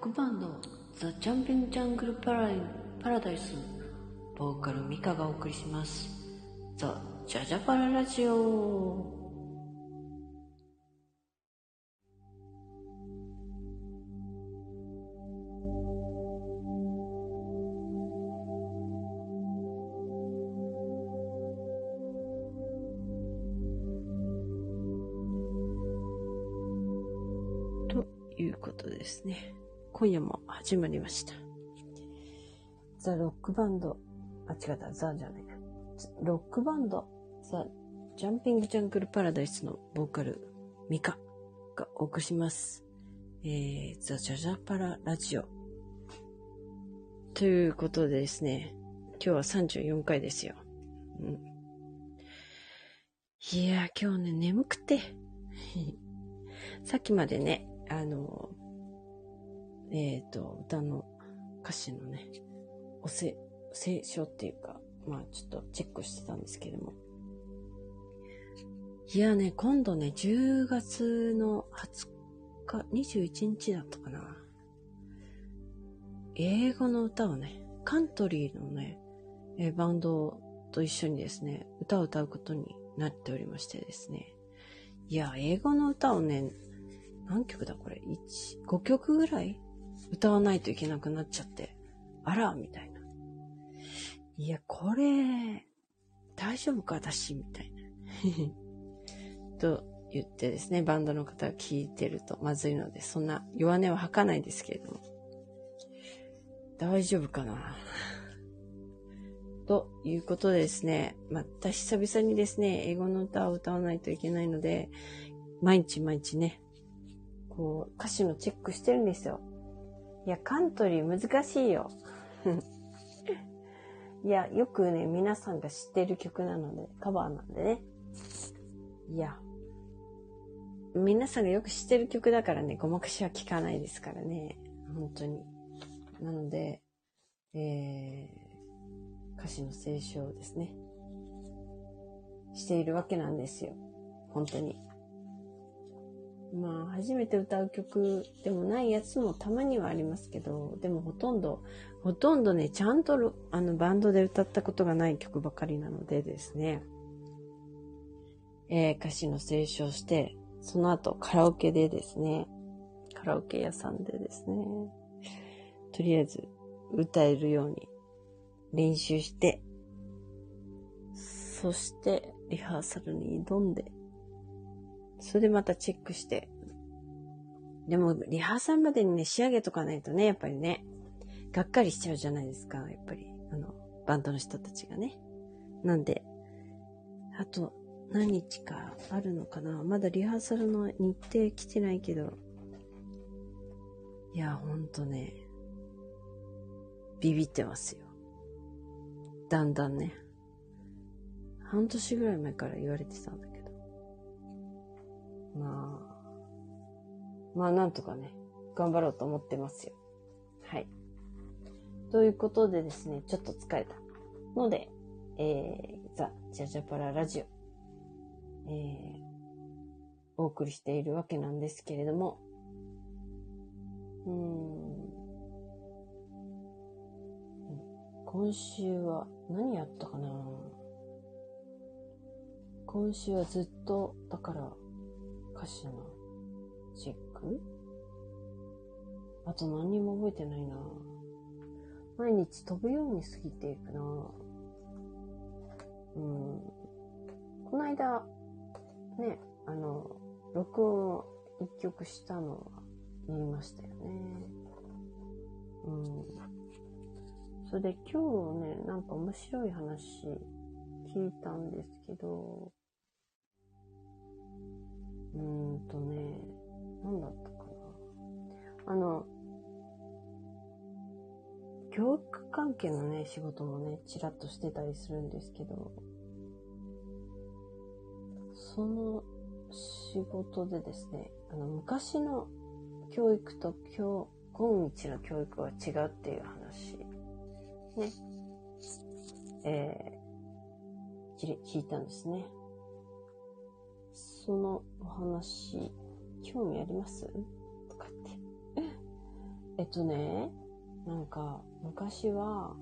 クバンドザ・ジャンピング・ジャングル・パラダイスボーカルミカがお送りしますザ・ジャジャパララジオ。ということですね。今夜も始まりました。ザ・ロックバンド、違った、ザじゃないな。ロックバンド、ザ・ジャンピング・ジャングル・パラダイスのボーカル、ミカがお送りします。ザ・ジャジャパララジオ。ということでですね、今日は34回ですよ。いやー、今日ね、眠くて。さっきまでね、歌の歌詞のね、聖書っていうか、ちょっとチェックしてたんですけども。いやね、今度ね、10月の20日、21日だったかな。英語の歌をね、カントリーのね、バンドと一緒にですね、歌を歌うことになっておりましてですね。いや、英語の歌をね、何曲だこれ、5曲ぐらい歌わないといけなくなっちゃって、あら、みたいな。いや、これ、大丈夫か私みたいな。と言ってですね、バンドの方が聞いてるとまずいので、そんな弱音は吐かないですけれども。大丈夫かなということでですね、また久々にですね、英語の歌を歌わないといけないので、毎日ね、こう、歌詞のチェックしてるんですよ。いや、カントリー難しいよ。いや、よくね、皆さんが知ってる曲なので、カバーなんでね。いや、皆さんがよく知ってる曲だからね、ごまかしは聞かないですからね。本当に。なので、歌詞の斉唱ですね。しているわけなんですよ。本当に。初めて歌う曲でもないやつもたまにはありますけど、でもほとんどね、ちゃんとバンドで歌ったことがない曲ばかりなのでですね、歌詞の斉唱して、その後カラオケでですね、カラオケ屋さんでですね、とりあえず歌えるように練習して、そしてリハーサルに挑んで、それでまたチェックして、でもリハーサルまでにね、仕上げとかないとね、やっぱりね、がっかりしちゃうじゃないですか、やっぱり、バンドの人たちがね。なんで、あと何日かあるのかな、まだリハーサルの日程来てないけど、いや、ほんとね、ビビってますよ。だんだんね。半年ぐらい前から言われてたんだけど。なんとかね、頑張ろうと思ってますよ。はい。ということでですね、ちょっと疲れたので、ザ・ジャジャパララジオ、お送りしているわけなんですけれども、今週は何やったかな。今週はずっと、だから歌詞のチェック？あと何にも覚えてないな。毎日飛ぶように過ぎていくな。この間、ね、録音を一曲したのは言いましたよね。それで今日ね、なんか面白い話聞いたんですけど、なんだったかな。教育関係のね、仕事もね、ちらっとしてたりするんですけど、その仕事でですね、昔の教育と今日の教育は違うっていう話、ね、聞いたんですね。そのお話、興味あります？とかって。 なんか、昔は、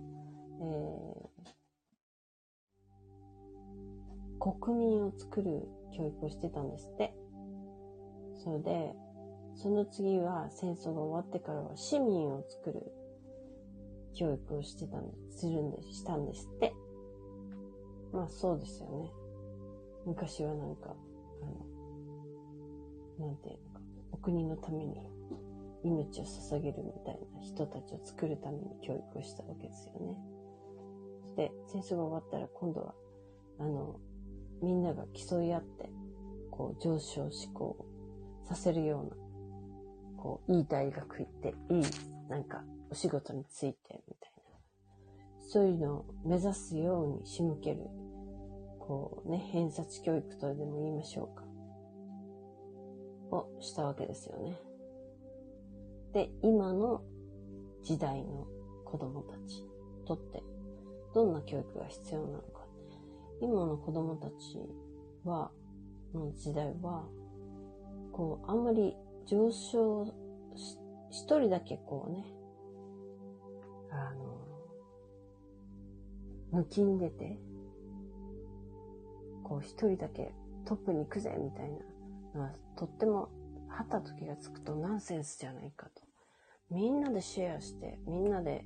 国民を作る教育をしてたんですって。それで、その次は戦争が終わってからは市民を作る教育をしたんですって。まあそうですよね。昔はなんか、なんていうのか、お国のために命を捧げるみたいな人たちを作るために教育をしたわけですよね。そして戦争が終わったら今度は、みんなが競い合って、こう上昇志向をさせるような、こう、いい大学行って、いい、なんか、お仕事について、みたいな。そういうのを目指すように仕向ける、こうね、偏差値教育とでも言いましょうか。をしたわけですよね。で、今の時代の子供たちにとって、どんな教育が必要なのか。今の子供たちは、の時代は、こう、あんまり上昇一人だけこうね、抜きん出て、こう一人だけトップに行くぜみたいなのは、とっても、はたと気がつくとナンセンスじゃないかと。みんなでシェアして、みんなで、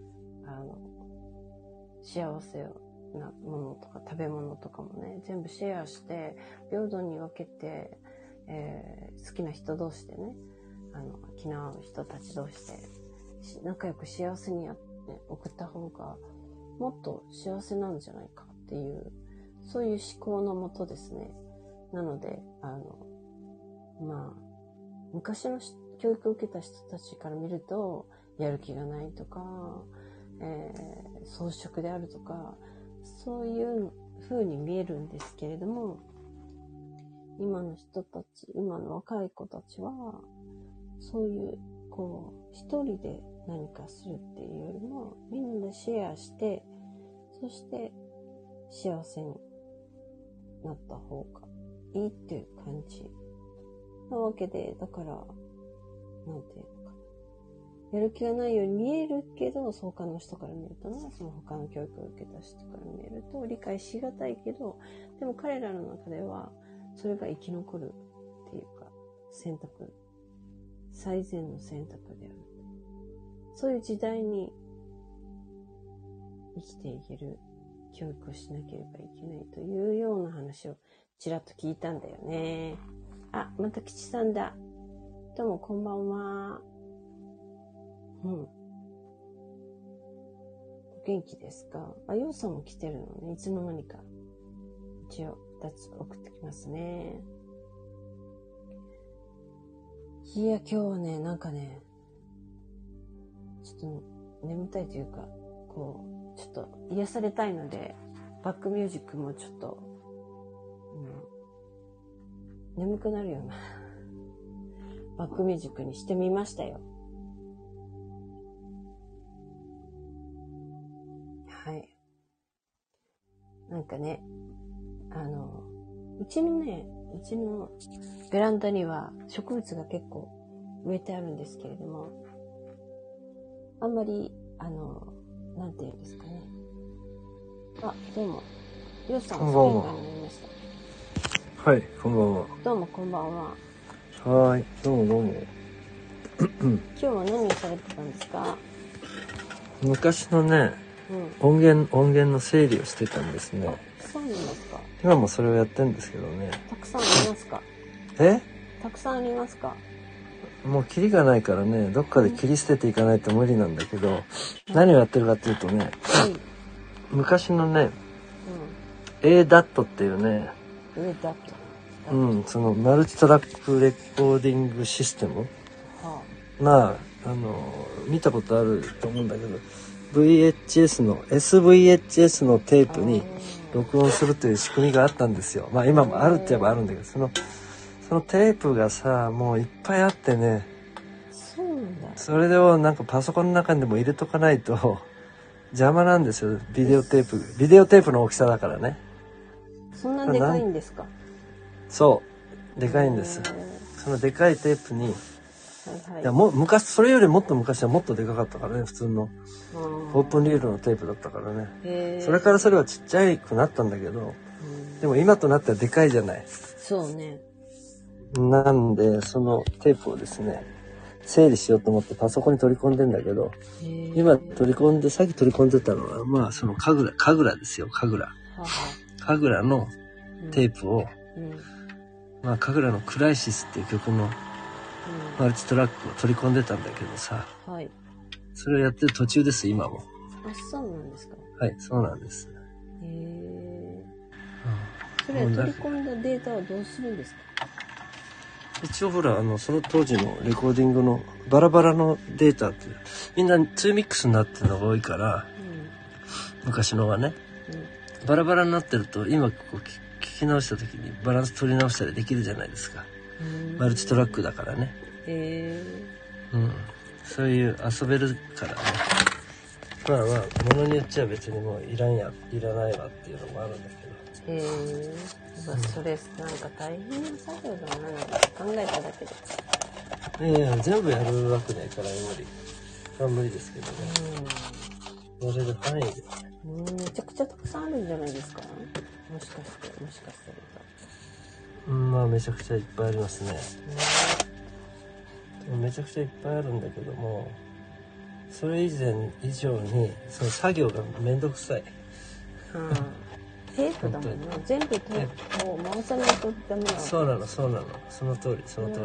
幸せなものとか食べ物とかもね、全部シェアして、平等に分けて、好きな人同士でね、気の合う人たち同士で、仲良く幸せに送った方が、もっと幸せなんじゃないかっていう、そういう思考のもとですね。なので、まあ、昔の教育を受けた人たちから見ると、やる気がないとか、草食であるとか、そういう風に見えるんですけれども、今の人たち、今の若い子たちは、そういう、こう、一人で何かするっていうよりも、みんなでシェアして、そして幸せになった方がいいっていう感じなわけで、だから、なんていうのかな。やる気がないように見えるけど、他の人から見るとね、その他の教育を受けた人から見ると理解しがたいけど、でも彼らの中では、それが生き残るっていうか、最善の選択である。そういう時代に生きていける教育をしなければいけないというような話をちらっと聞いたんだよね。あ、また吉さんだ。どうもこんばんは。お元気ですか？ようさんも来てるのね。いつの間にか。一応、2つ送ってきますね。いや、今日はね、なんかね、ちょっと眠たいというか、こう、ちょっと癒されたいので、バックミュージックもちょっと、眠くなるようなバックミュージックにしてみましたよ。はい。なんかね、うちのベランダには植物が結構植えてあるんですけれども、あんまり、なんていうんですかね。あ、どうも。ようさんがスピーカーになりました。 はい、こんばんは。 どうもこんばんは。 はい、どうもどうも。 今日は何をされてたんですか？ 昔のね、音源の整理をしてたんですね。 そうなんですか。 今もそれをやってるんですけどね。 たくさんありますか？たくさんありますか？ もうキリがないからね、どっかで切り捨てていかないと無理なんだけど、何をやってるかっていうとね、昔のね、ADAT っていうね、そのマルチトラックレコーディングシステム、まあ、見たことあると思うんだけど、SVHS のテープに録音するという仕組みがあったんですよ。まあ今もあるって言えばあるんだけど、そのテープがさ、もういっぱいあってね、それをなんかパソコンの中にでも入れとかないと邪魔なんですよ。ビデオテープの大きさだからね。 そんなでかいんですか？ そう、でかいんです。そのでかいテープにはいはい。 いや、もう昔、それよりもっと昔はもっとでかかったからね、普通のオープンリールのテープだったからね。それからそれはちっちゃくなったんだけど、でも今となってはでかいじゃない。 そうね。 なんで、そのテープをですね、整理しようと思ってパソコンに取り込んでんだけど、今取り込んで、さっき取り込んでたのは、まあその神楽ですよ、神楽。神楽のテープを、まあ神楽のクライシスっていう曲のマルチトラックを取り込んでたんだけどさ、はい、それをやってる途中です、今も。 あ、そうなんですか。 はい、そうなんです。 それは取り込んだデータはどうするんですか？ 一応ほら、その当時のレコーディングのバラバラのデータって、みんな2ミックスになってるのが多いから、昔のはね、バラバラになってると、今こう聞き直した時にバランス取り直したりできるじゃないですか。マルチトラックだからね。そういう遊べるからね。まあまあ、ものによっちゃ別にもういらないわっていうのもあるんだけど。 それなんか大変な作業だな、考えただけで。 いや全部やるわけないから無理ですけどね。やれる範囲で。 めちゃくちゃたくさんあるんじゃないですか？もしかしてまあめちゃくちゃいっぱいありますね。めちゃくちゃいっぱいあるんだけども、それ以上にその作業がめんどくさい。 テープだもんね。全部テープを回さないとダメなの。 そうなの。その通り。それは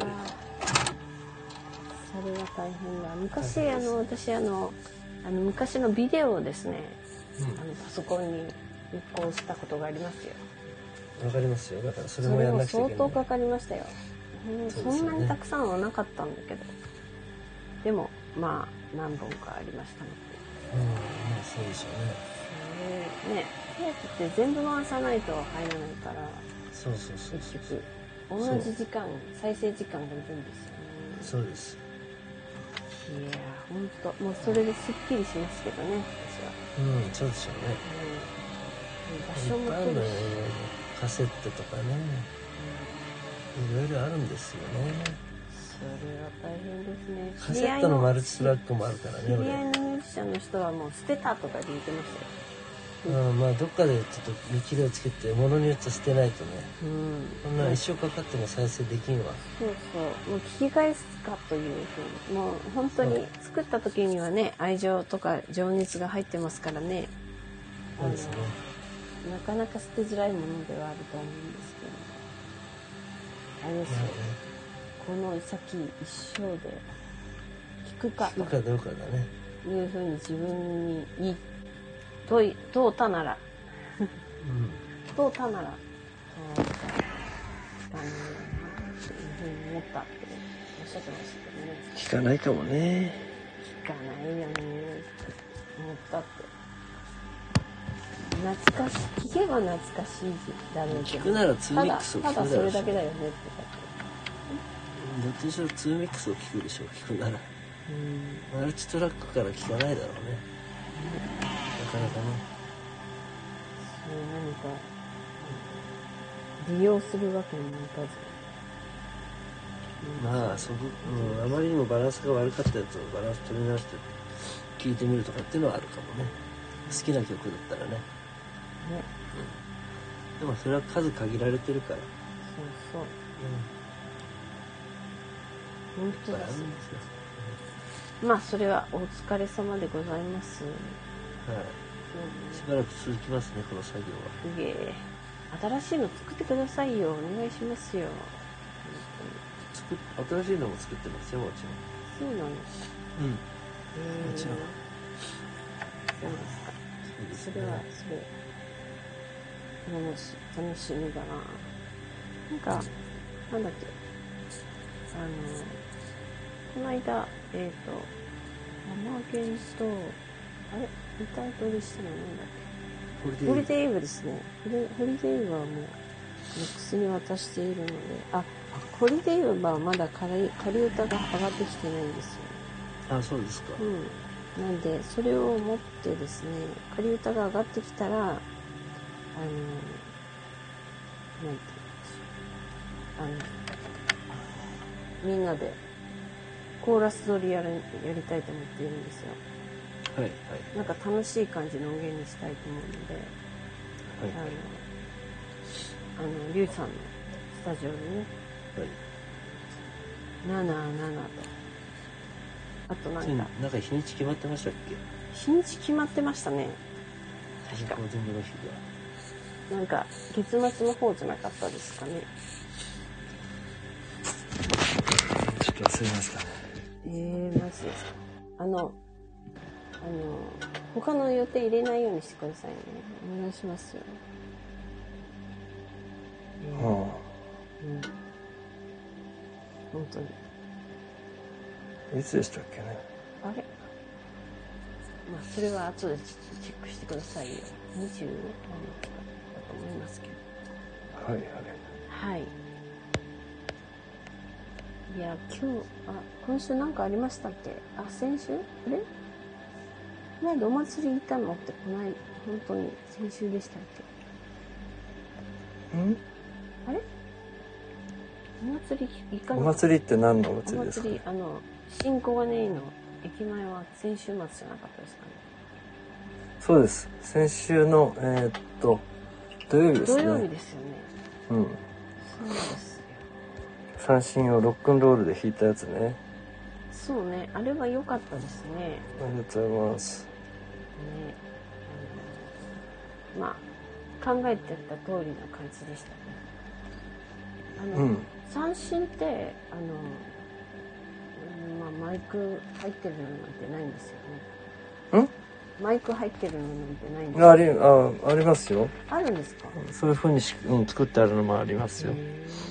大変だ。昔私昔のビデオをですね、パソコンに移行したことがありますよ。 わかりますよ。だからそれもやんなくちゃいけない。 相当かかりましたよ。そんなにたくさんはなかったんだけど、でもまあ何本かありましたので。 まあそうでしょうね。 ね、テープって全部回さないと入らないから。 そう。 結局同じ時間、再生時間がいるんですよね。 そうです。 いやー、ほんともうそれですっきりしますけどね、私は。 そうでしょうね。場所も取るし、カセットとかね、いろいろあるんですよね。 それは大変ですね。 カセットのマルチトラックもあるからね。 知り合いのミュージシャンの人はもう捨てたとかで言ってましたよ。 まあどっかでちょっと見切りをつけて、物によって捨てないとね、こんな一生かかっても再生できんわ。 そうもう聞き返すかというふうに、もう本当に作った時にはね、愛情とか情熱が入ってますからね。 そうですね。 なかなか捨てづらいものではあると思うんですけど、あれですよ、この先一生で聞くかどうかだね。 いうふうに自分に問うたなら、問うたなら、そう聞かないよなっていうふうに思ったっておっしゃってましたけどね。 聞かないかもね。 聞かないよねって思ったって。聞けば懐かしいだろうけど。 聞くなら2ミックスを聞くだろうし。 ただそれだけだよねってどっちにしろ2ミックスを聞くでしょ、聞くなら。マルチトラックから聞かないだろうね。なかなかね。 何か利用するわけにもいかず。 まああまりにもバランスが悪かったやつをバランス取り直して聞いてみるとかっていうのはあるかもね。好きな曲だったらね。でもそれは数限られてるから。 そう。本当ですね。まあそれはお疲れ様でございます。 しばらく続きますね、この作業は。 新しいの作ってくださいよ。お願いしますよ。 新しいのも作ってますよ、もちろん。そうなの。もちろん。そうですか。それは楽しみだな。なんか、なんだっけ。この間、アマゲンと、歌い取りしたのなんだっけ。ホリデーイブですね。ホリデーイブはもう、ミックスに渡しているので、ホリデーイブはまだ仮歌が上がってきてないんですよ。 そうですか。 なんで、それを持ってですね、仮歌が上がってきたら、なんて言うんでしょう。みんなでコーラス取りやりたいと思っているんですよ。 はいはい。 なんか楽しい感じの音源にしたいと思うので、リュウさんのスタジオでね、はい、77と、あとなんか日にち決まってましたっけ？ 日にち決まってましたね。確か。 全部の日が。なんか、月末の方じゃなかったですかね。 ちょっと忘れましたね。 マジですか。他の予定入れないようにしてくださいね。お願いしますよ。うん。本当に。 いつでしたっけね。 あれ？まあ、それは後でチェックしてくださいよ。20何日かだと思いますけど。 はいはい。 はい。いや、今週なんかありましたっけ？先週？あれ？前でお祭り行ったのって本当に先週でしたっけ？あれ？お祭り行かなかった？ お祭りって何のお祭りですか？ お祭り、新小金井の駅前は先週末じゃなかったですかね。 そうです。先週の、土曜日ですね。 土曜日ですよね。 うん。 そうですよ。 三振をロックンロールで弾いたやつね。 そうね。あれは良かったですね。 ありがとうございます。 ね。まあ、考えてた通りの感じでしたね。三振って、まあ、マイク入ってるのなんてないんですよね。マイク入ってるのなんてないんですよ。 ありますよ。 あるんですか？そういう風に作ってあるのもありますよ。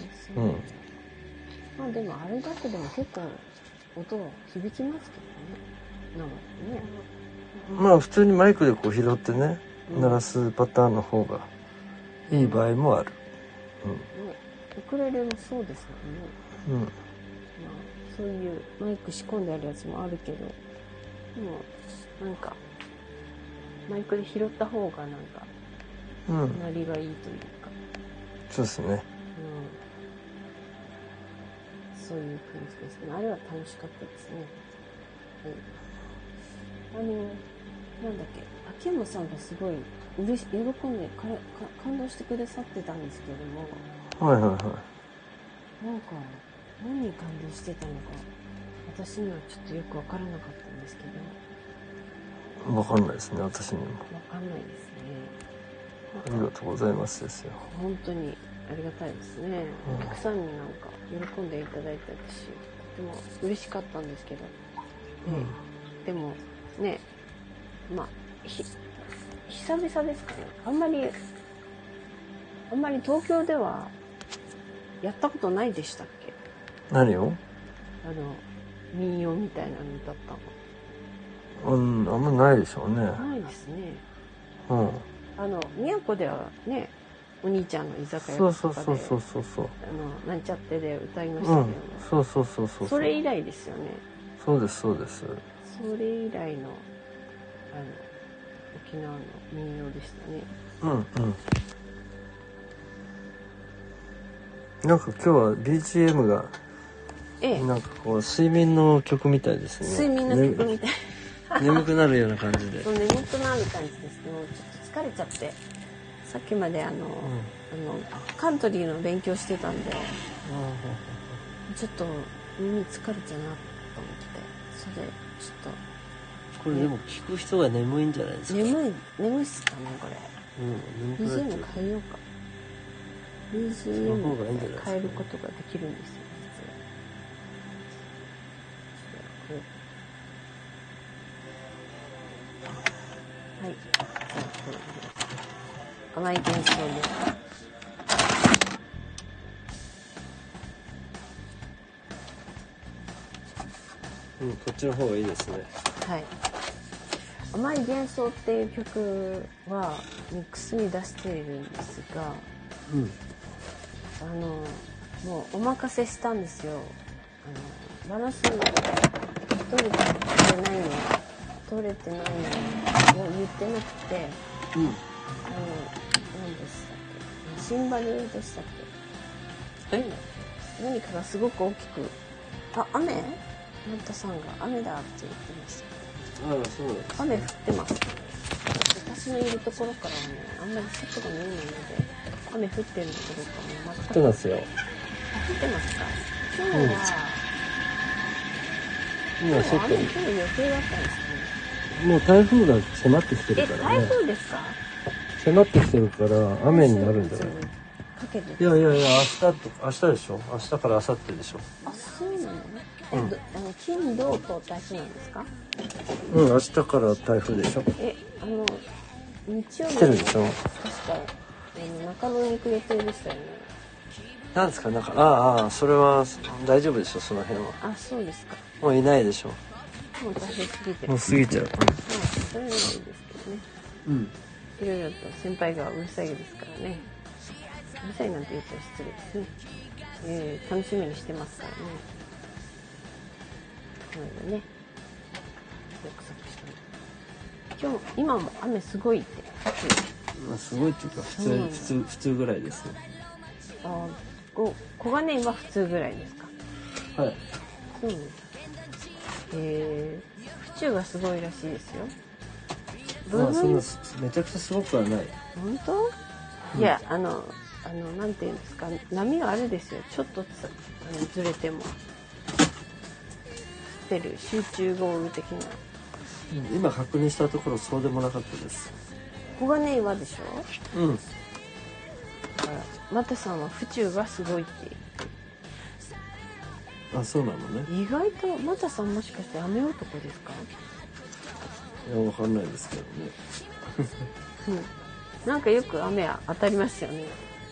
まあでもあれだけでも結構音は響きますけどね。 まあ普通にマイクでこう拾ってね、鳴らすパターンの方がいい場合もある。 ウクレレもそうですよね。まあそういうマイク仕込んであるやつもあるけど、でもなんかマイクで拾った方がなんか鳴りがいいというか。 そうですね。 そういう感じですね。あれは楽しかったですね。なんだっけ、秋山さんがすごい喜んで感動してくださってたんですけども。なんか何に感動してたのか私にはちょっとよくわからなかったんですけど。 わかんないですね、私にも。 わかんないですね。 ありがとうございますですよ。 本当にありがたいですね。お客さんになんか喜んでいただいたし、とても嬉しかったんですけど、でもね、まあ久々ですかね。あんまり東京ではやったことないでしたっけ？ 何を？ 民謡みたいなの歌ったの。 あんまないでしょうね。 ないですね。宮古ではね、お兄ちゃんの居酒屋とかでなんちゃってで歌いましたけど、そうそれ以来ですよね。 そうですそうです。 それ以来の沖縄の民謡でしたね。 なんか今日は BGM がなんかこう睡眠の曲みたいですね。 睡眠の曲みたい。 眠くなるような感じで。 そう、眠くなる感じですね。もうちょっと疲れちゃって、さっきまでカントリーの勉強してたんで、ちょっと耳疲れちゃうなと思って、それでちょっと。 これでも聞く人が眠いんじゃないですか。眠いっすかねこれ。BGM 変えようか。BGM 変えることができるんですよ。はい。じゃあ、これ甘い幻想で。 こっちの方がいいですね。はい。 甘い幻想っていう曲はミックスに出しているんですが、もうお任せしたんですよ。バランス取れてないのを言ってなくて、何でしたっけ？シンバルでしたっけ？何かがすごく大きく、雨？ マンタさんが雨だって言ってました。 ああ、そうです。 雨降ってます。私のいるところからはね、あんまり外が見えないので、雨降ってるのかどうかも全く。 降ってますよ。 降ってますか？今日は、 今外に。 雨降る予定だったんですね。 もう台風が迫ってきてるからね。 台風ですか？ 迫ってきてるから雨になるんじゃない？いやいやいや、明日でしょ？明日から明後日でしょ？ あ、そうなの？金土と台風なんですか？ うん、明日から台風でしょ？ 日曜日来てるでしょ？ 確か、中野に行く予定でしたよね。 なんですか、ああ、それは大丈夫でしょ、その辺は。 あ、そうですか。 もういないでしょ。 もう台風過ぎてる。 もう過ぎちゃう。 それはいいですけどね。うん。いろいろと先輩がうるさいですからね。うるさいなんて言うと失礼ですね。楽しみにしてますからね。この間ね。約束したの。今も雨すごいって。 まあ、すごいっていうか、普通ぐらいですね。 あ、小金井は普通ぐらいですか？ はい。 そうなんだ。府中がすごいらしいですよ。 まあ、そんな、めちゃくちゃすごくはない。 本当？いや、なんていうんですか、波があるですよ。ちょっとずれても。降ってる集中豪雨的な。 今確認したところそうでもなかったです。 小金井はでしょ？ うん。 だから、マタさんは府中がすごいって言って。 あ、そうなのね。 意外と、マタさんもしかして雨男ですか？ いや、わかんないですけどね。 なんかよく雨は当たりますよね。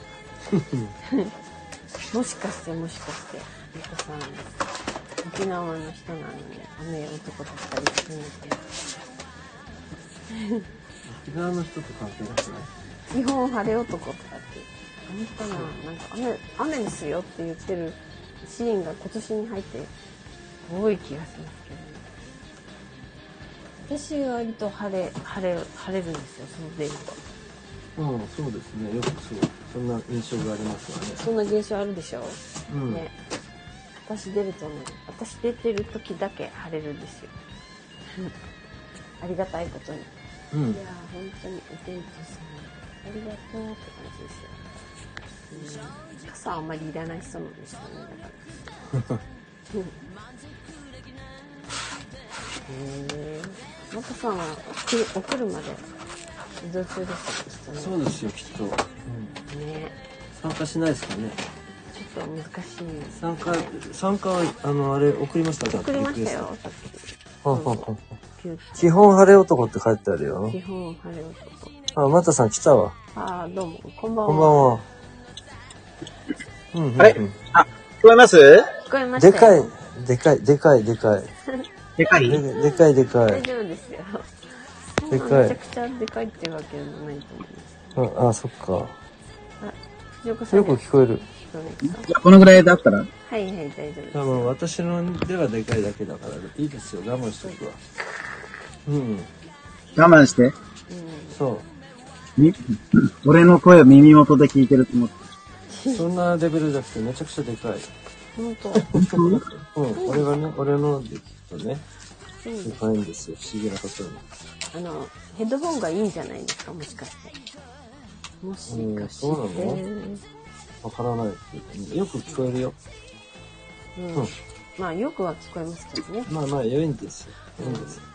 もしかして、マタさん、沖縄の人なのに雨男だったりするんですよ。 沖縄の人と関係なくない？ 基本晴れ男とかって本当かな、なんか雨ですよって言ってるシーンが今年に入って多い気がしますけどね。私は割と晴れるんですよ、そのデート。うん、そうですね。よくそんな印象がありますわね。 そんな現象あるでしょ？ うん。 ね。私出てる時だけ晴れるんですよ。ありがたいことに。 うん。 いや本当にお天気さんありがとうって感じですよ。傘あんまりいらない人なんですよね。だから。マコさんはお車で移動中ですよ、ね。 そうですよ、きっと。うん、 ね。 参加しないですかね。 ちょっと難しい。 参加はあれ送りましたか？ 送りましたよ。さっき。基本晴れ男って書いてあるよ。 基本晴れ男。 あ、マタさん来たわ。 あ、どうもこんばんは。 こんばんは。 あれ？あ、聞こえます？ 聞こえましたよ。 でかい。 でかい？ でかい。 大丈夫ですよ。 でかい。 めちゃくちゃでかいっていうわけでもないと思います。 あ、そっか。 藤岡さんよく聞こえる。 じゃあこのぐらいだったら？ はい、大丈夫です。 私のではでかいだけだからいいですよ。我慢しとくわ。うん。 我慢して。 そう。 俺の声を耳元で聞いてると思って。 そんなレベルじゃなくてめちゃくちゃでかい。 本当。 うん。俺ので聞くとね、でかいんですよ。不思議なことに。 ヘッドホンがいいんじゃないですか、もしかして。 そうなの？わからないけど、よく聞こえるよ。 まあ、よくは聞こえますけどね。 まあ、良いんですよ。いいんですよ。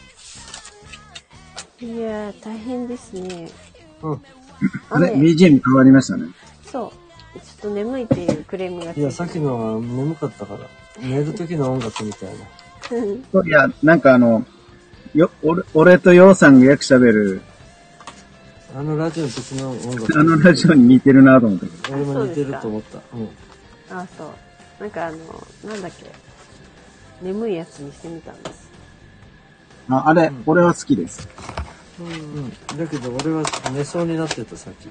いやー、大変ですね。 あれ ?BGM 変わりましたね。 そう。ちょっと眠いっていうクレームがついて。 いや、さっきのは眠かったから。寝る時の音楽みたいな。いや、なんか俺とヨウさんがよく喋る。 ラジオの時の音楽。 ラジオに似てるなと思ったけど。俺も似てると思った。 あ、そう。なんかなんだっけ。眠いやつにしてみたんです。 あれ、俺は好きです。 だけど俺は寝そうになってた、さっき。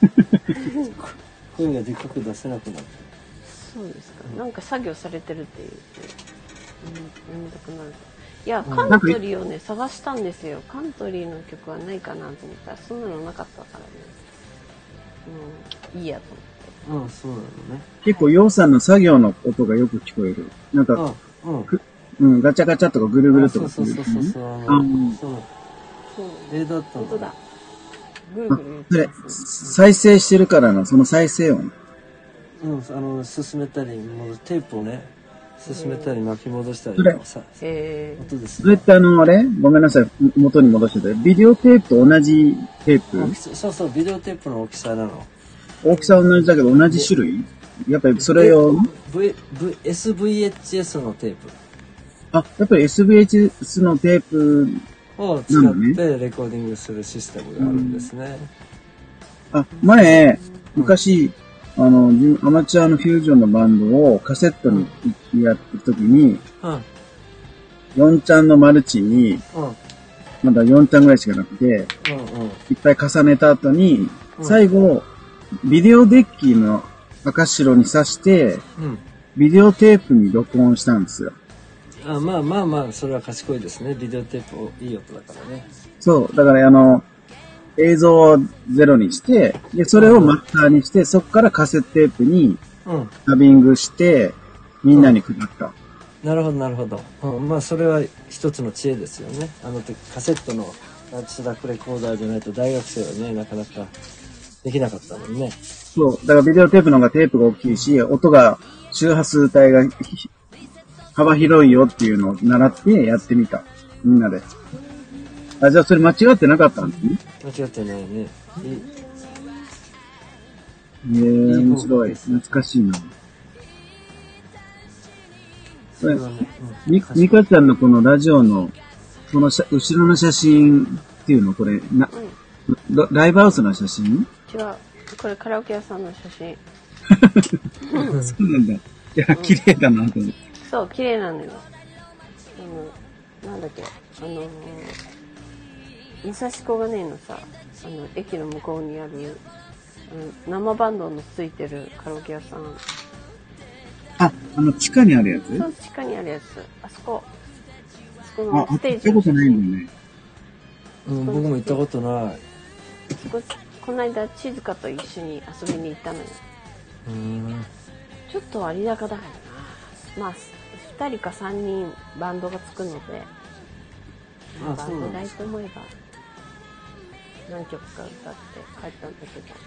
声がでかく出せなくなった。 そうですか。なんか作業されてるって言って、眠たくなると。いや、カントリーをね、探したんですよ。カントリーの曲はないかなと思ったら、そんなのなかったからね。いいやと思って。 そうなのね。 結構、ヨウさんの作業の音がよく聞こえる。なんか、 うん、ガチャガチャとかぐるぐるとかそうそうそうそう。そう。 そうだったの。 本当だ。ぐるぐるそれ、再生してるからの、その再生音。 うん、進めたり、テープをね、進めたり巻き戻したりのさ、音ですね。 それってあれごめんなさい、元に戻してて。ビデオテープと同じテープ？ そうそう、ビデオテープの大きさなの。 大きさは同じだけど同じ種類？やっぱりそれ用 SVHS のテープ。 あ、やっぱり SVHS のテープを使ってレコーディングするシステムがあるんですね。 あ、昔、アマチュアのフュージョンのバンドをカセットにやった時に、4ちゃんのマルチに、まだ4ちゃんぐらいしかなくて、いっぱい重ねた後に、最後、ビデオデッキの赤白に挿して、ビデオテープに録音したんですよ。 まあ、それは賢いですね。ビデオテープいい音だからね。 そう、だから映像をゼロにして、で、それをマスターにして、そこからカセットテープにダビングして、みんなに配った。 なるほど、なるほど。まあ、それは一つの知恵ですよね。カセットのスラックレコーダーじゃないと大学生はね、なかなかできなかったもんね。 そう。だからビデオテープの方がテープが大きいし、音が、周波数帯が幅広いよっていうのを習ってやってみた。みんなで。あ、じゃあそれ間違ってなかったんですね。 間違ってないね。 面白い。懐かしいな。ミカちゃんのこのラジオの、この後ろの写真っていうのこれ、ライブハウスの写真？ 違う。これカラオケ屋さんの写真。 そうなんだ。いや、綺麗だなと思って。 そう、綺麗なのよ。なんだっけ、武蔵小金井のさ、駅の向こうにある、生バンドのついてるカラオケ屋さん。 あ、地下にあるやつ？ そう、地下にあるやつ。あそこのステージ。 行ったことないんだよね。 僕も行ったことない。 この間、静香と一緒に遊びに行ったのよ。ちょっと割高だからな。まあ、2人か3人バンドがつくので、バンド代と思えば、何曲か歌って帰ったんだけど。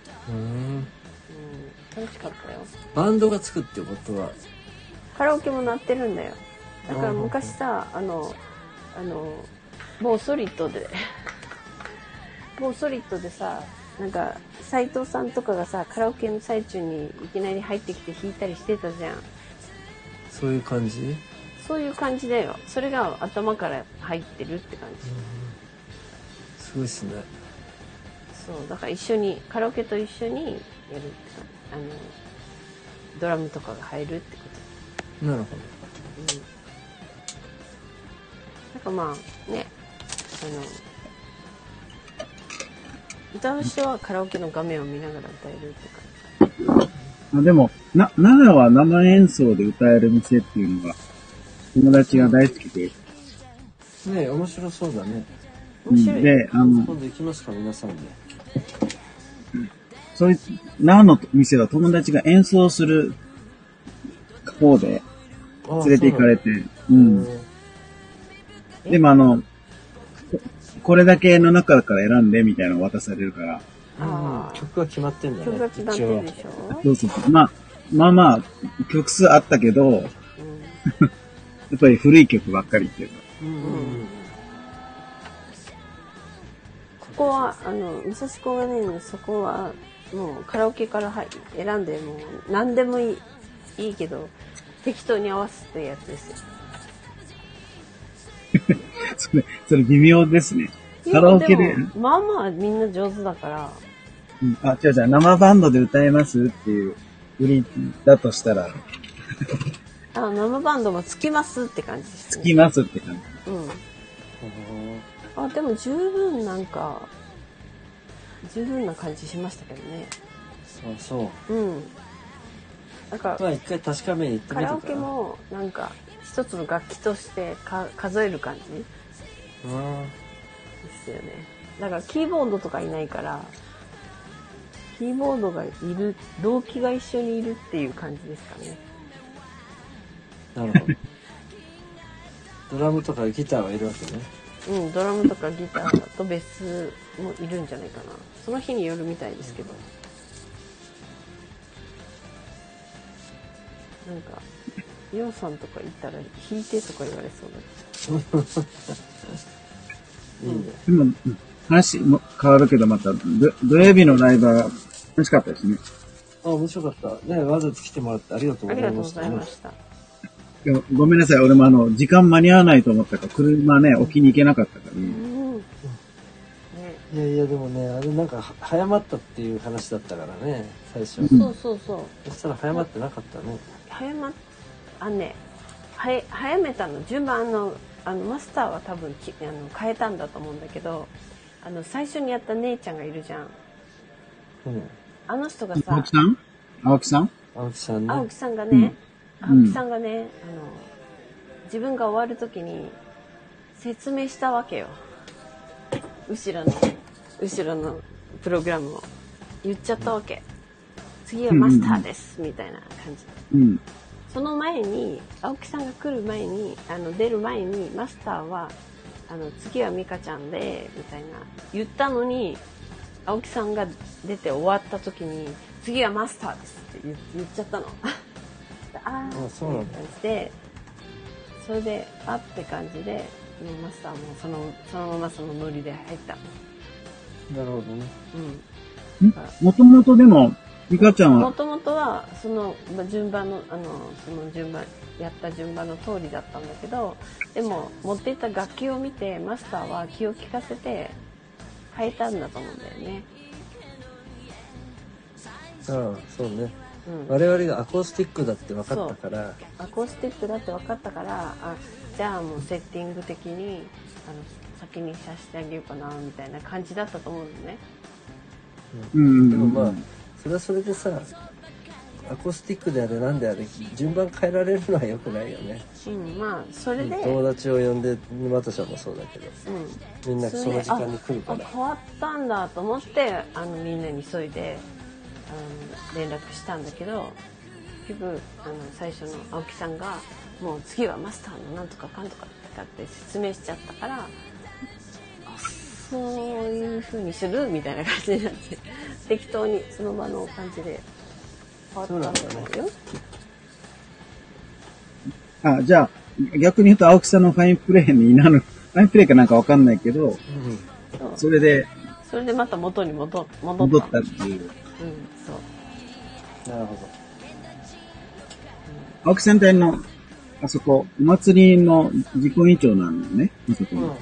楽しかったよ。 バンドがつくってことはカラオケも鳴ってるんだよ。だから昔さ、某ソリッドでさ、なんか斉藤さんとかがさ、カラオケの最中にいきなり入ってきて弾いたりしてたじゃん。 そういう感じ？ そういう感じだよ。それが頭から入ってるって感じ。 すごいっすね。 そう、だからカラオケと一緒にやるって感じ。ドラムとかが入るってこと。 なるほど。 なんかまあね、歌う人はカラオケの画面を見ながら歌えるって感じ。でも、奈良は生演奏で歌える店っていうのが、友達が大好きで。 ねえ、面白そうだね。 面白い。 で、 今度行きますか、皆さんで。 そういう、奈良の店は友達が演奏する方で連れて行かれて、でもこれだけの中から選んでみたいなのを渡されるから。 曲が決まってんだね。 曲が決まってるでしょ？ そう。まあ、曲数あったけど、やっぱり古い曲ばっかりっていうか。 ここは、武蔵小金井のそこは、もうカラオケから選んで、もう何でもいいけど、適当に合わせてやつですよ。 それ微妙ですね。カラオケで。 まあまあみんな上手だから。 違う、生バンドで歌えますっていう売りだとしたら。 生バンドもつきますって感じですね。 つきますって感じ。でも十分な感じしましたけどね。 そう。 なんか、 まあ一回確かめに行ってみてカラオケもなんか一つの楽器として数える感じですよね。だからキーボードとかいないから、キーボードがいる、同期が一緒にいるっていう感じですかね。 なるほど。 ドラムとかギターはいるわけね。 うん、ドラムとかギターとベースもいるんじゃないかな。その日によるみたいですけど。なんか、ヨウさんとか行ったら弾いてとか言われそうだけど。いいね。 でも、話も変わるけど、また、土曜日のライブは楽しかったですね。 あ、面白かった。ね、わざと来てもらってありがとうございました、ね。ありがとうございました。 ごめんなさい。俺も時間間に合わないと思ったから、車ね、置きに行けなかったからね。 いやいや、でもね、あれなんか早まったっていう話だったからね、最初。 そうそうそう。 そしたら早まってなかったね。 早めたの。順番マスターは多分変えたんだと思うんだけど、最初にやった姉ちゃんがいるじゃん。 うん。 あの人がさ。 青木さん青木さん青木さんね。 青木さんがね、青木さんがね、自分が終わるときに説明したわけよ。後ろのプログラムを言っちゃったわけ。次はマスターです、みたいな感じ。 うん。 その前に、青木さんが来る前に、出る前に、マスターは、次はミカちゃんで、みたいな、言ったのに、青木さんが出て終わった時に、次はマスターですって言っちゃったの。ああ、そうなんだ。で、それで、あって感じで、マスターもそのままそのノリで入った。 なるほどね。 うん。もともとでも、ミカちゃんはもともとは、その順番の、やった順番の通りだったんだけど、でも、持っていった楽器を見て、マスターは気を利かせて、変えたんだと思うんだよね。 ああ、そうね。我々がアコースティックだって分かったから。 アコースティックだって分かったから、じゃあもうセッティング的に、先にさせてあげようかな、みたいな感じだったと思うのね。 でもまあ、それはそれでさ、アコースティックであれなんであれ、順番変えられるのは良くないよね。 まあ、それで。 友達を呼んで、沼田ちゃんもそうだけど。みんなその時間に来るから。 変わったんだと思って、みんなに急いで、連絡したんだけど、結局、最初の青木さんが、もう次はマスターのなんとかかんとかって説明しちゃったから、そういう風にするみたいな感じになって、適当にその場の感じで変わったんだと思うよ。 じゃあ、逆に言うと青木さんのファインプレーになる、ファインプレーかなんかわかんないけど、それでまた元に戻ったっていう。 そう。 なるほど。 青木さんってあそこ、お祭りの実行委員長なんだよね、あそこの。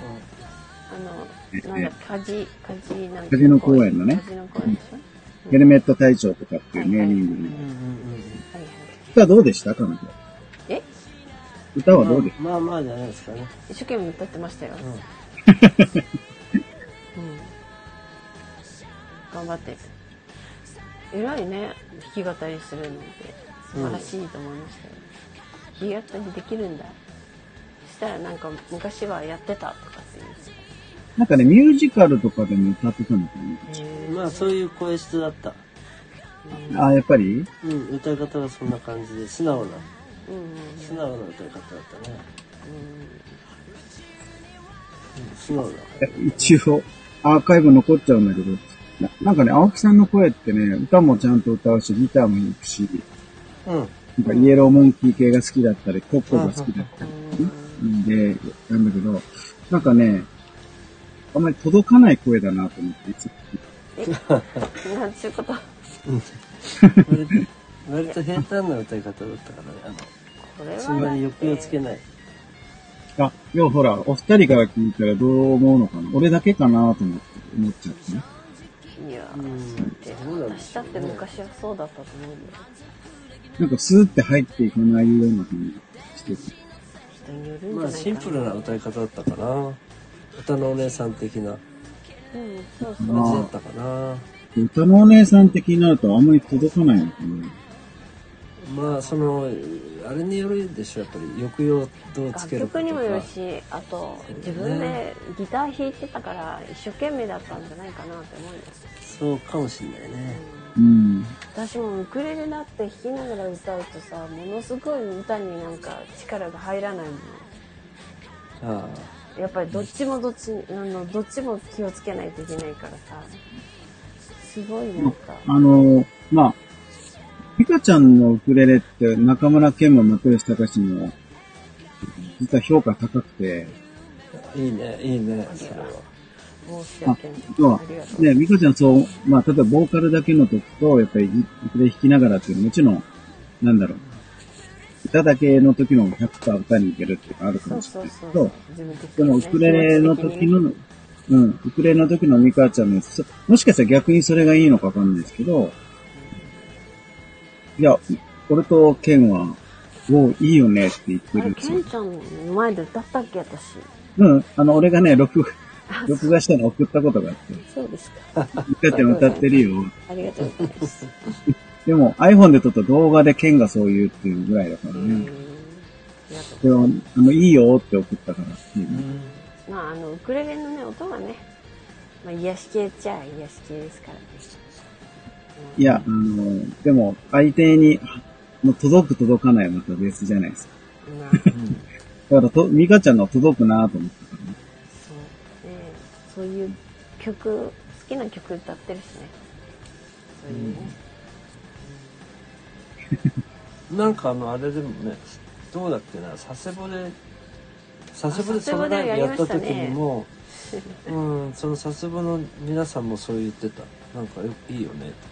カジノ公園のね。ヘルメット隊長とかっていうネーミングで。歌どうでした彼女。歌はどうでした？ まあまあじゃないですかね。 一生懸命歌ってましたよ。頑張って。偉いね、弾き語りするなんて素晴らしいと思いましたよ。弾き語りできるんだ。そしたらなんか昔はやってたとかって言って。 なんかね、ミュージカルとかでも歌ってたのかな。 まあそういう声質だった。 やっぱり？ 歌い方がそんな感じで素直な歌い方だったね。素直な。 一応アーカイブ残っちゃうんだけど、なんかね、青木さんの声ってね、歌もちゃんと歌うし、ギターも弾くし、なんかイエローモンキー系が好きだったり、コッコが好きだったり、で、なんだけど、なんかね、あんまり届かない声だなと思って、いつも。なんちゅうこと。 割と平坦な歌い方だったからね、そんなに抑揚つけない。 いや、ほら、お二人から聞いたらどう思うのかな。俺だけかなと思っちゃってね。 いや私だって昔はそうだったと思うよ。 なんかスーって入っていかないような感じしてて。 人によるんじゃないかな。 まあシンプルな歌い方だったかな。歌のお姉さん的なそうそう。 感じだったかな。 歌のお姉さん的になるとあんまり届かないのかな。 まああれによるでしょ、やっぱり抑揚どうつけるかとか。 曲にもよるし、あと自分でギター弾いてたから一生懸命だったんじゃないかなって思うんです。 そうかもしれないね。 私もウクレレだって弾きながら歌うとさ、ものすごい歌になんか力が入らないもやっぱりどっちも気をつけないといけないからさ、すごいなんか。 まあ、ミカちゃんのウクレレって中村健も又吉隆も、実は評価高くて。 いいね、いいね、それは。 申し訳ない。 ね、ミカちゃんそう、まあ、例えばボーカルだけの時と、やっぱりウクレレ弾きながらっていうのもちろん、なんだろう。歌だけの時の 100% 歌にいけるっていうのがあるかもしれないけど、でもウクレレの時の、ウクレレの時のミカちゃんのやつ、もしかしたら逆にそれがいいのかわかんないですけど、いや、俺とケンは、いいよねって言ってるんですよ。 ケンちゃんの前で歌ったっけ、私。 俺がね、録画したの送ったことがあって。 そうですか。 ミカちゃん歌ってるよ。 ありがとうございます。 でも iPhone で撮った動画でケンがそう言うっていうぐらいだからね。でも、いいよって送ったから。 まあ、ウクレレのね、音がね、まあ、癒し系っちゃ癒し系ですからね。 いや、でも、相手に、届く届かないまた別じゃないですか。だからミカちゃんの届くなと思ったからね。 そういう曲、好きな曲歌ってるしね。そういうね。 なんかあれでもね、どうだっけな、佐世保でそのライブやった時にも、その佐世保の皆さんもそう言ってた。なんかいいよねとか言って。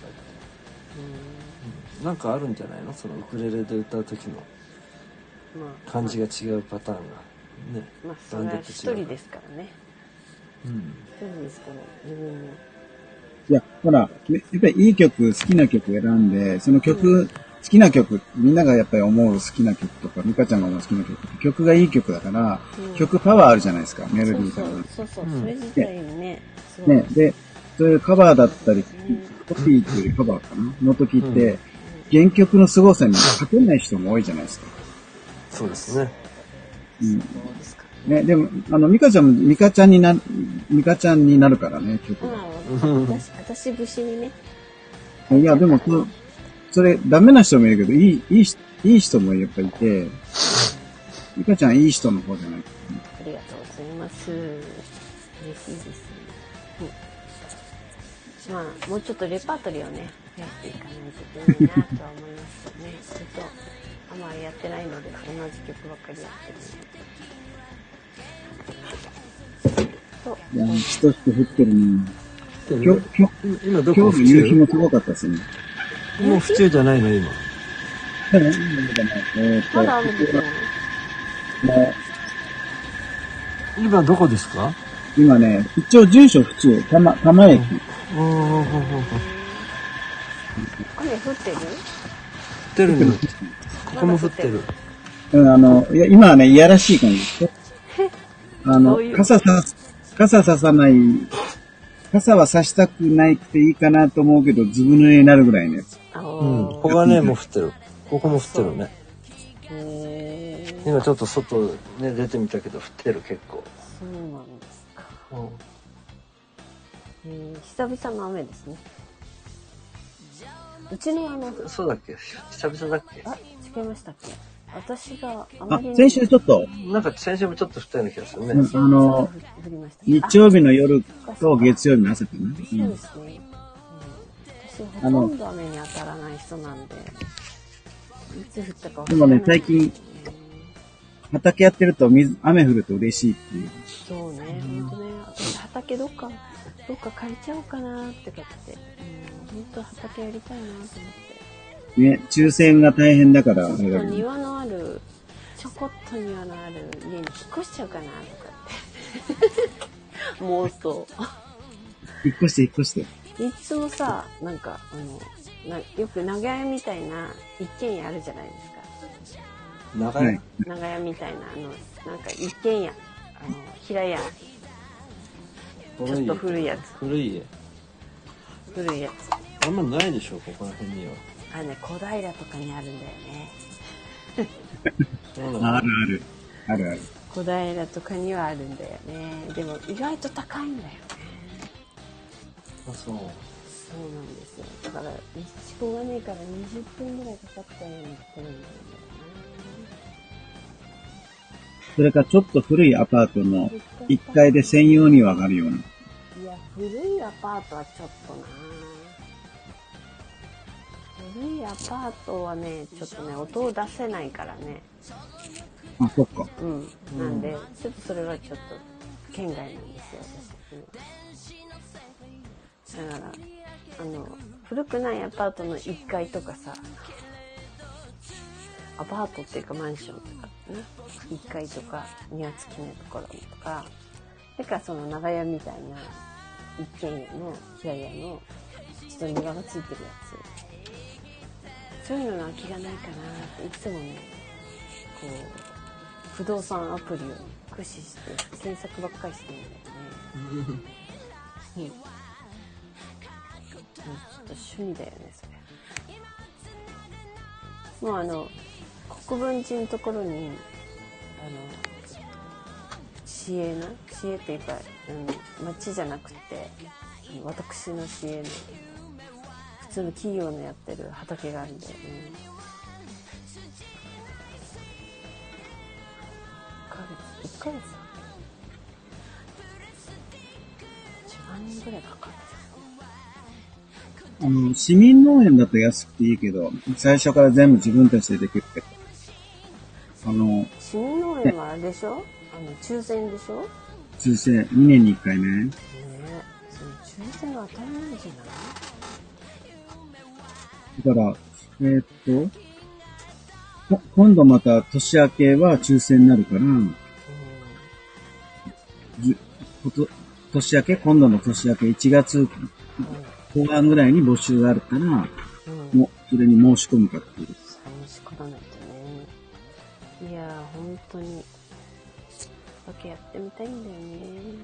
なんかあるんじゃないの、そのウクレレで歌う時の感じが違うパターンがね。 まあそれは一人ですからね。一人ですから自分の。 いや、ほら、やっぱりいい曲、好きな曲選んで、その曲、好きな曲、みんながやっぱり思う好きな曲とか、ミカちゃんが思う好きな曲、曲がいい曲だから、曲パワーあるじゃないですか、メロディーから。 そう、それ自体にね。 ね、で、そういうカバーだったり、コピーっていうカバーかなの時って、原曲の凄さに勝てない人も多いじゃないですか。 そうですね。 ね、でも、ミカちゃんになるからね、曲が。 私節にね。 いや、でも、それ、ダメな人もいるけど、いい人もやっぱいて、ミカちゃんいい人の方じゃない。 ありがとうございます。嬉しいですね。まあ、もうちょっとレパートリーをね、増やしていかないといけないなとは思いますよね。ちょっと、あんまりやってないので、同じ曲ばっかりやってるので。 いや、しとしと降ってるね。今の夕日もすごかったですね。 もう府中じゃないの、今。 まだ雨ですよね。 今どこですか？ 今ね、一応住所府中、多摩駅。 雨降ってる？ 降ってるね。ここも降ってる。 いや、今はね、いやらしい感じです。傘ささない、傘はさしたくないくていいかなと思うけど、ずぶ濡れになるぐらいのやつ。 ここはね、もう降ってる。ここも降ってるね。今ちょっと外ね、出てみたけど、降ってる結構。 そうなんですか。久々の雨ですね。うちのそうだっけ？久々だっけ？ 違いましたっけ？私があまりに先週ちょっと。 なんか先週もちょっと降ったような気がするね。 日曜日の夜と月曜日の朝かな。 そうですね。私ほとんど雨に当たらない人なんで、いつ降ったかわからない。 でもね、最近、畑やってると雨降ると嬉しいっていう。 そうね、ほんとね。私畑どっか借りちゃおうかなってかって。ほんと畑やりたいなと思って。ね、 抽選が大変だから。 庭のある、ちょこっと庭のある家に引っ越しちゃうかなとかって。妄想。 引っ越して。 いつもさ、なんか、よく長屋みたいな一軒家あるじゃないですか。 長屋みたいな、なんか一軒家、平屋。ちょっと古いやつ。 古いやつ。あんまないでしょ、ここら辺には。 小平とかにあるんだよね。 ある。 小平とかにはあるんだよね。でも意外と高いんだよね。 そうなんですよ。だからしょうがねえから20分ぐらいかかったようなところになるんだよそれからちょっと古いアパートの1階で専用には上がるような。 いや、古いアパートはちょっとな。古いアパートはね、ちょっとね、音を出せないからね。 あ、そっか。 うん。なんで、ちょっとそれはちょっと県外なんですよ、私。だから、古くないアパートの1階とかさ、アパートっていうかマンションとかね、1階とか庭付きのところとか、それからその長屋みたいな一軒家の平屋のちょっと庭がついてるやつ。そういうのが気がないかなっていつもね、こう、不動産アプリを駆使して検索ばっかりしてるんだよね。うん。ちょっと趣味だよね、それ。もう国分寺のところに、市営っていうか、町じゃなくて、私の市営の、普通の企業のやってる畑があるんだよね。1ヶ月1万円ぐらいかかる。 市民農園だと安くていいけど、最初から全部自分たちでできるって。 市民農園はあれでしょ？抽選でしょ？ 抽選、2年に1回ね。 ねえ、その抽選は当たり前じゃない？ だから、今度また年明けは抽選になるから、今度の年明け1月後半ぐらいに募集があるから、もうそれに申し込むかっていう。 申し込まないとね。いやー、本当に畑やってみたいんだよね。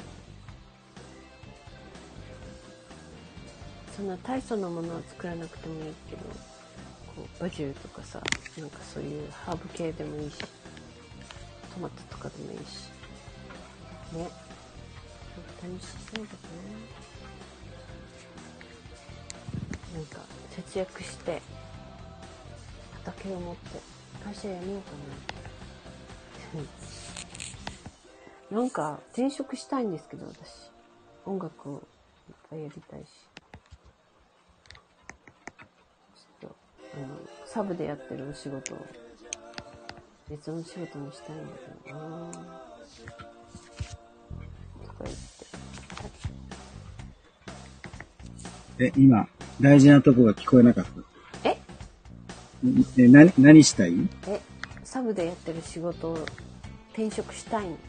そんな大層なものは作らなくてもいいけど、こうバジルとかさ、なんかそういうハーブ系でもいいし、トマトとかでもいいし、ね。楽しそうだね。なんか節約して畑を持って会社辞めようかな。なんか転職したいんですけど、私音楽をいっぱいやりたいし、ちょっとサブでやってるお仕事を別の仕事にしたいんだけどな。とか言って。 今、大事なとこが聞こえなかった。何したい？ サブでやってる仕事を転職したいの。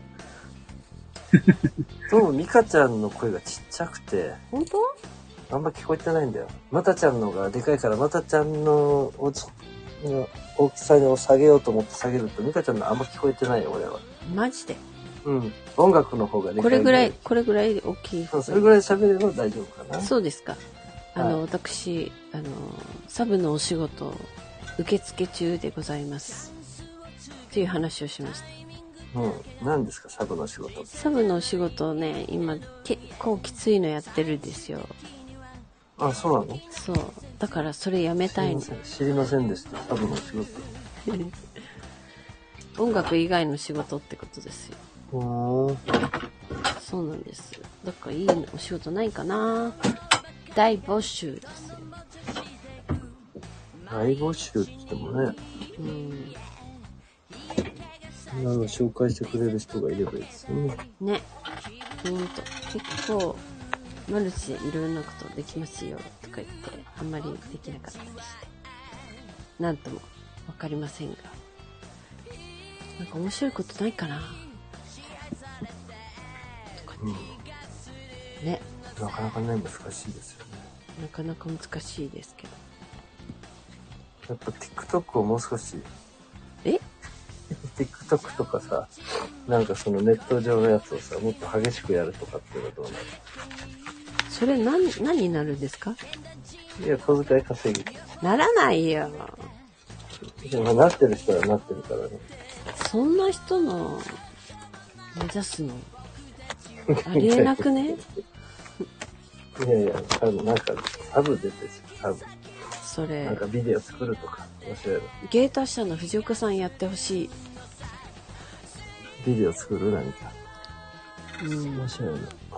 どうもミカちゃんの声がちっちゃくて。 本当？ あんま聞こえてないんだよ。またちゃんのがでかいから、またちゃんの大きさを下げようと思って下げると、ミカちゃんのあんま聞こえてないよ、俺は。 マジで？ うん。音楽の方がでかい。 これぐらい大きい方がいい。 それぐらい喋れば大丈夫かな。 そうですか。私、サブのお仕事、受付中でございます。っていう話をしました。 うん。何ですか、サブの仕事。 サブのお仕事をね、今、結構きついのやってるんですよ。 あ、そうなの？ そう。だからそれやめたいの。 知りませんでした、サブの仕事。 音楽以外の仕事ってことですよ。そうなんです。だからいいお仕事ないかな。大募集ですよ。 大募集って言ってもね。そんなの紹介してくれる人がいればいいですよね。 ね。結構、マルチでいろんなことできますよとか言って、あんまりできなかったりして。なんともわかりませんが。なんか面白いことないかなとかね。 なかなかね、難しいですよね。 なかなか難しいですけど。 やっぱ TikTok をもう少し。TikTok とかさ、なんかそのネット上のやつをさ、もっと激しくやるとかっていうのはどうなる？ それ何になるんですか？ いや、小遣い稼ぎ。 ならないよ。 でもなってる人はなってるからね。 そんな人の目指すのありえなくね？ いやいや、多分なんかサブ出てサブ。 それ。 なんかビデオ作るとか面白いの。 芸達者の藤岡さんやってほしい。 ビデオ作る何か。 うん。 面白いの。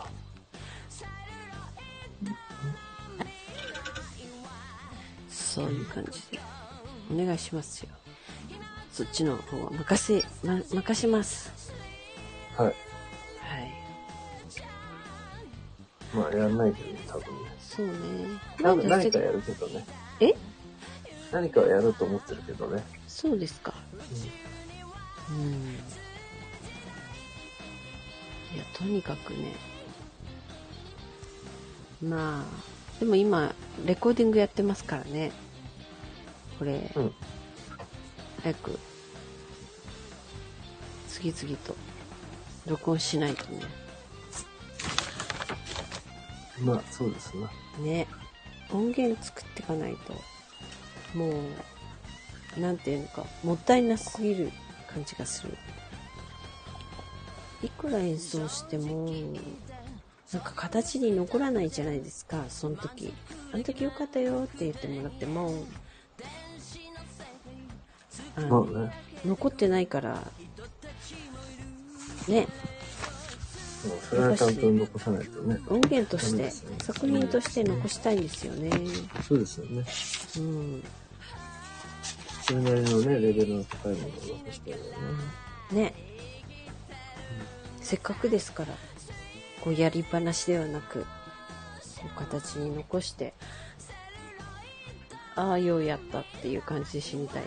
そういう感じで。お願いしますよ。そっちの方は任します。 はい。 はい。 まあ、やんないけどね、多分ね。 そうね。 何かやるけどね。何かはやると思ってるけどね。 そうですか。うん。いや、とにかくね。まあ、でも今、レコーディングやってますからね。これ、早く、次々と、録音しないとね。 まあ、そうですな。 ね。音源作っていかないと、もう、なんていうのか、もったいなすぎる感じがする。いくら演奏しても、なんか形に残らないじゃないですか、その時。あの時よかったよって言ってもらっても、残ってないから、ね。 それはちゃんと残さないとね。 音源として、作品として残したいんですよね。 そうですよね。 うん。 それなりのね、レベルの高いものを残したいよね。ね。せっかくですから、こうやりっぱなしではなく、こう形に残して、ああ、ようやったっていう感じで死にたいね。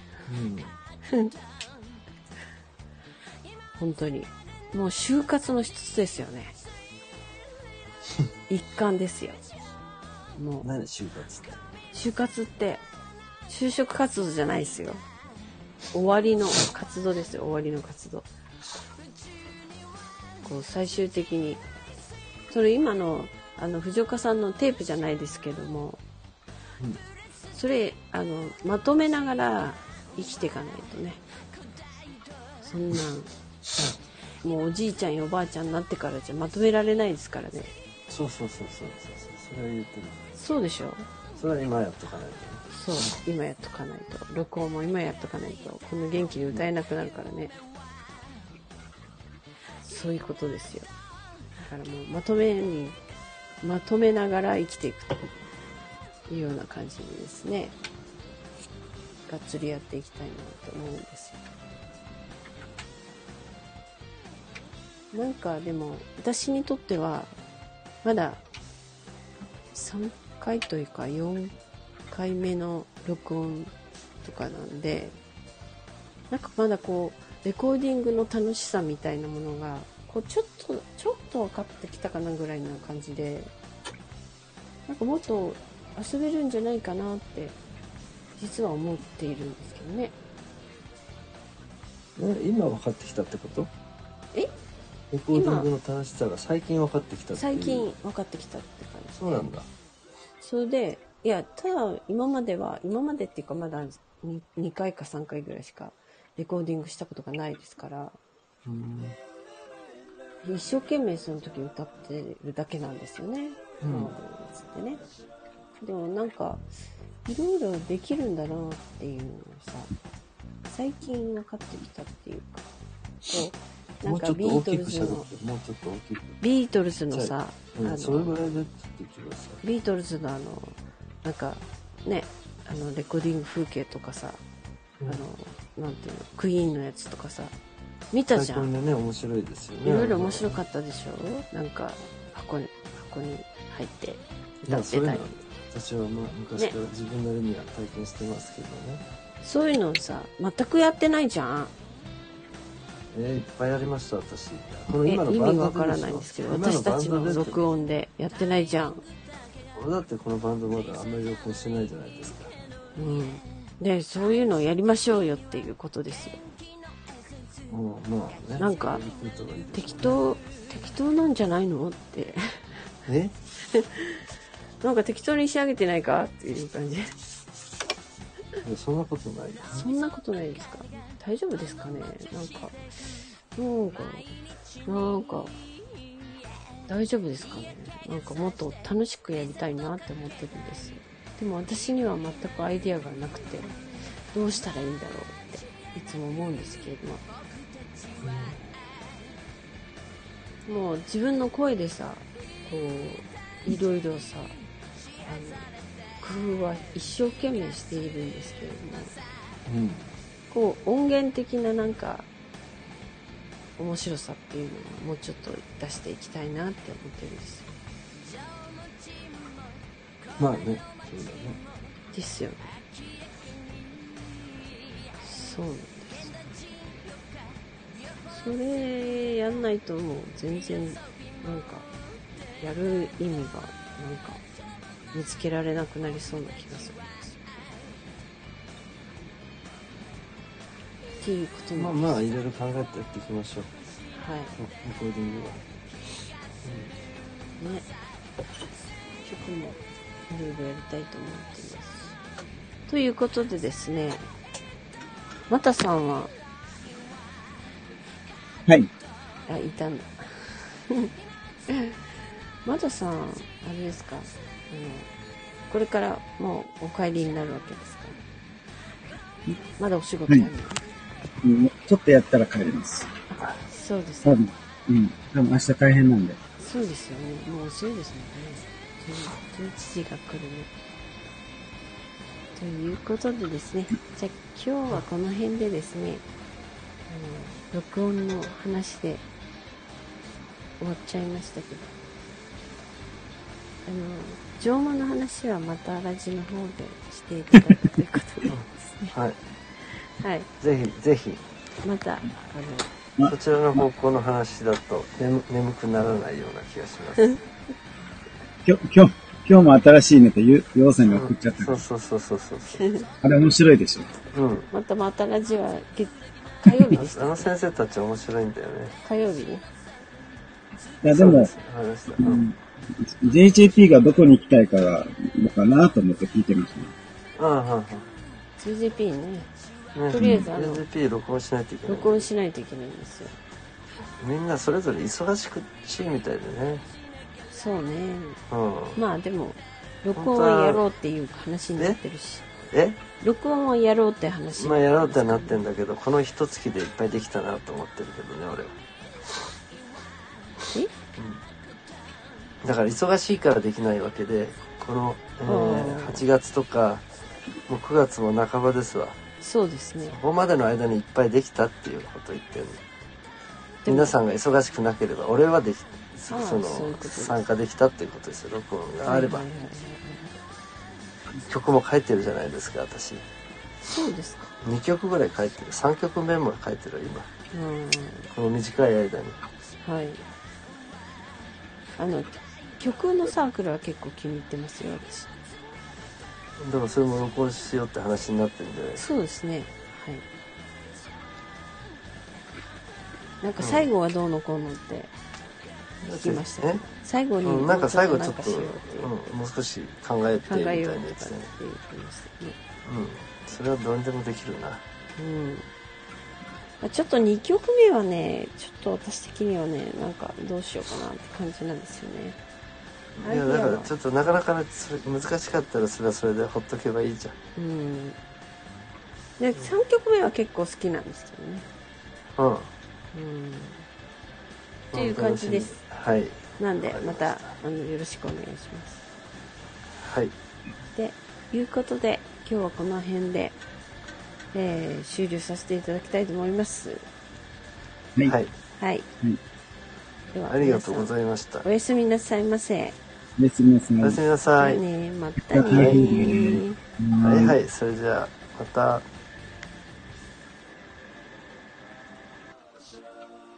本当に。もう就活の一つですよね。一環ですよ。もう。 何就活って。 就活って、就職活動じゃないですよ。終わりの活動ですよ、終わりの活動。こう、最終的に。それ今の、藤岡さんのテープじゃないですけども、それ、まとめながら生きていかないとね。そんなん、もうおじいちゃんやおばあちゃんになってからじゃまとめられないですからね。 そう。それは言ってる。 そうでしょ。 それは今やっとかないとね。 そう、今やっとかないと。録音も今やっとかないと、この元気に歌えなくなるからね。そういうことですよ。だからもうまとめながら生きていくというような感じでですね、がっつりやっていきたいなと思うんですよ。なんかでも私にとってはまだ3回というか4回目の録音とかなんで、なんかまだこうレコーディングの楽しさみたいなものがこうちょっと分かってきたかなぐらいな感じで、なんかもっと遊べるんじゃないかなって実は思っているんですけどね。 今分かってきたってこと？レコーディングの楽しさが最近分かってきたっていう。 最近分かってきたって感じで。 そうなんだ。 それで、いや、ただ今までっていうかまだ 2回か3回ぐらいしかレコーディングしたことがないですから、一生懸命その時歌ってるだけなんですよね。つってね。でもなんか、いろいろできるんだなっていうのをさ、最近分かってきたっていうか、こう、なんかビートルズの、ビートルズのさ、 それぐらいでちょっと言ってください。 ビートルズのなんかね、レコーディング風景とかさ、なんていうの、クイーンのやつとかさ、見たじゃん。 最近ね、面白いですよね。 いろいろ面白かったでしょ？なんか、箱に入って歌ってたり。 私はまあ昔から自分なりには体験してますけどね。 そういうのをさ、全くやってないじゃん。 いっぱいやりました、私。 意味わからないんですけど、私たちの録音でやってないじゃん。 俺だってこのバンドまだあんまり録音してないじゃないですか。 で、そういうのをやりましょうよっていうことですよ。 まあね。 なんか、適当なんじゃないのって。なんか適当に仕上げてないかっていう感じ。 そんなことないです。 そんなことないですか？大丈夫ですかね？なんか、大丈夫ですかね？なんかもっと楽しくやりたいなって思ってるんです。でも私には全くアイディアがなくて、どうしたらいいんだろうっていつも思うんですけれども。 もう自分の声でさ、こういろいろさ、工夫は一生懸命しているんですけれども、こう音源的ななんか面白さっていうのをもうちょっと出していきたいなって思ってるんですよ。 まあね、そうだね。 ですよね。そうなんです。それやんないともう全然なんかやる意味がなんか見つけられなくなりそうな気がするんです。っていうこともまあいろいろ考えてやっていきましょう。 はい。 レコーディングは。 ね。曲もいろいろやりたいと思っています。ということでですね、またさんは、 はい。 あ、いたんだ。またさん、あれですか、これからもうお帰りになるわけですか？まだお仕事あるの？ ちょっとやったら帰ります。 あ、そうですか。 多分明日大変なんで。 そうですよね。もう遅いですもんね。11時が来るね。ということでですね、じゃあ今日はこの辺でですね、録音の話で終わっちゃいましたけど、乗馬の話はまたラジの方でしていただくということでですね。 はい。 はい。 ぜひ。 また、 そちらの方向の話だと眠くならないような気がします。 今日も新しいネタ、ようさんが送っちゃったから。 そう。 あれ面白いでしょ。 またラジは火曜日でした。 先生たち面白いんだよね。 火曜日ね。 いやでも、JJP がどこに行きたいかがのかなと思って聞いてましたね。 JJP ね。とりあえず JJP 録音しないといけない。 録音しないといけないんですよ。 みんなそれぞれ忙しいみたいでね。 そうね。まあでも録音をやろうっていう話になってるし。録音をやろうって話。 まあやろうってなってんだけど、この一月でいっぱいできたなと思ってるけどね、俺は。だから忙しいからできないわけで、この、8月とかもう9月も半ばですわ。 そうですね。 ここまでの間にいっぱいできたっていうことを言ってる。皆さんが忙しくなければ、俺は参加できたっていうことですよ。録音があれば。曲も書いてるじゃないですか、私。 そうですか。 2曲ぐらい書いてる。3曲目も書いてる今。この短い間に。 はい。曲のサークルは結構気に入ってますよ、私。 だからそれも録音しようって話になってるんじゃないですか。 そうですね。はい。なんか最後はどうのこうのって聞きましたね。最後になんか最後ちょっともう少し考えてみたいなやつね。それはどうにでもできるな。 ちょっと2曲目はね、ちょっと私的にはね、なんかどうしようかなって感じなんですよね。 いやだからちょっとなかなか難しかったらそれはそれでほっとけばいいじゃん。 で3曲目は結構好きなんですけどね。っていう感じです。 はい。 なんでまたよろしくお願いします。 はい。 でいうことで今日はこの辺で、終了させていただきたいと思います。 はい。 ではありがとうございました。 おやすみなさいませ。 おやすみなさい。 おやすみなさい。 またね。 はい。それじゃあまた。